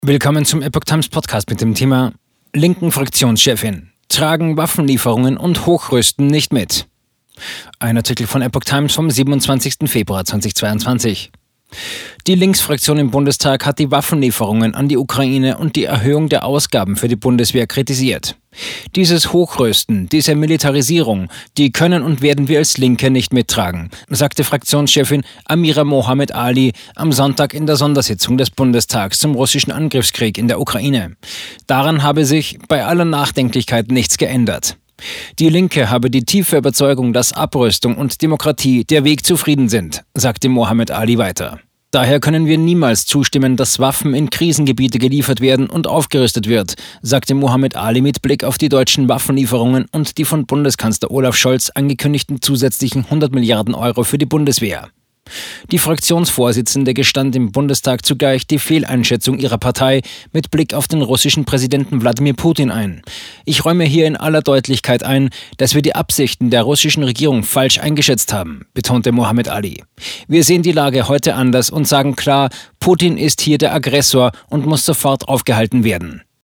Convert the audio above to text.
Willkommen zum Epoch Times Podcast mit dem Thema Linken Fraktionschefin: Tragen Waffenlieferungen und Hochrüsten nicht mit. Ein Artikel von Epoch Times vom 27. Februar 2022. Die Linksfraktion im Bundestag hat die Waffenlieferungen an die Ukraine und die Erhöhung der Ausgaben für die Bundeswehr kritisiert. Dieses Hochrüsten, diese Militarisierung, die können und werden wir als Linke nicht mittragen, sagte Fraktionschefin Amira Mohamed Ali am Sonntag in der Sondersitzung des Bundestags zum russischen Angriffskrieg in der Ukraine. Daran habe sich bei aller Nachdenklichkeit nichts geändert. Die Linke habe die tiefe Überzeugung, dass Abrüstung und Demokratie der Weg zu Frieden sind, sagte Mohamed Ali weiter. Daher können wir niemals zustimmen, dass Waffen in Krisengebiete geliefert werden und aufgerüstet wird, sagte Mohamed Ali mit Blick auf die deutschen Waffenlieferungen und die von Bundeskanzler Olaf Scholz angekündigten zusätzlichen 100 Milliarden Euro für die Bundeswehr. Die Fraktionsvorsitzende gestand im Bundestag zugleich die Fehleinschätzung ihrer Partei mit Blick auf den russischen Präsidenten Wladimir Putin ein. Ich räume hier in aller Deutlichkeit ein, dass wir die Absichten der russischen Regierung falsch eingeschätzt haben, betonte Mohamed Ali. Wir sehen die Lage heute anders und sagen klar, Putin ist hier der Aggressor und muss sofort aufgehalten werden.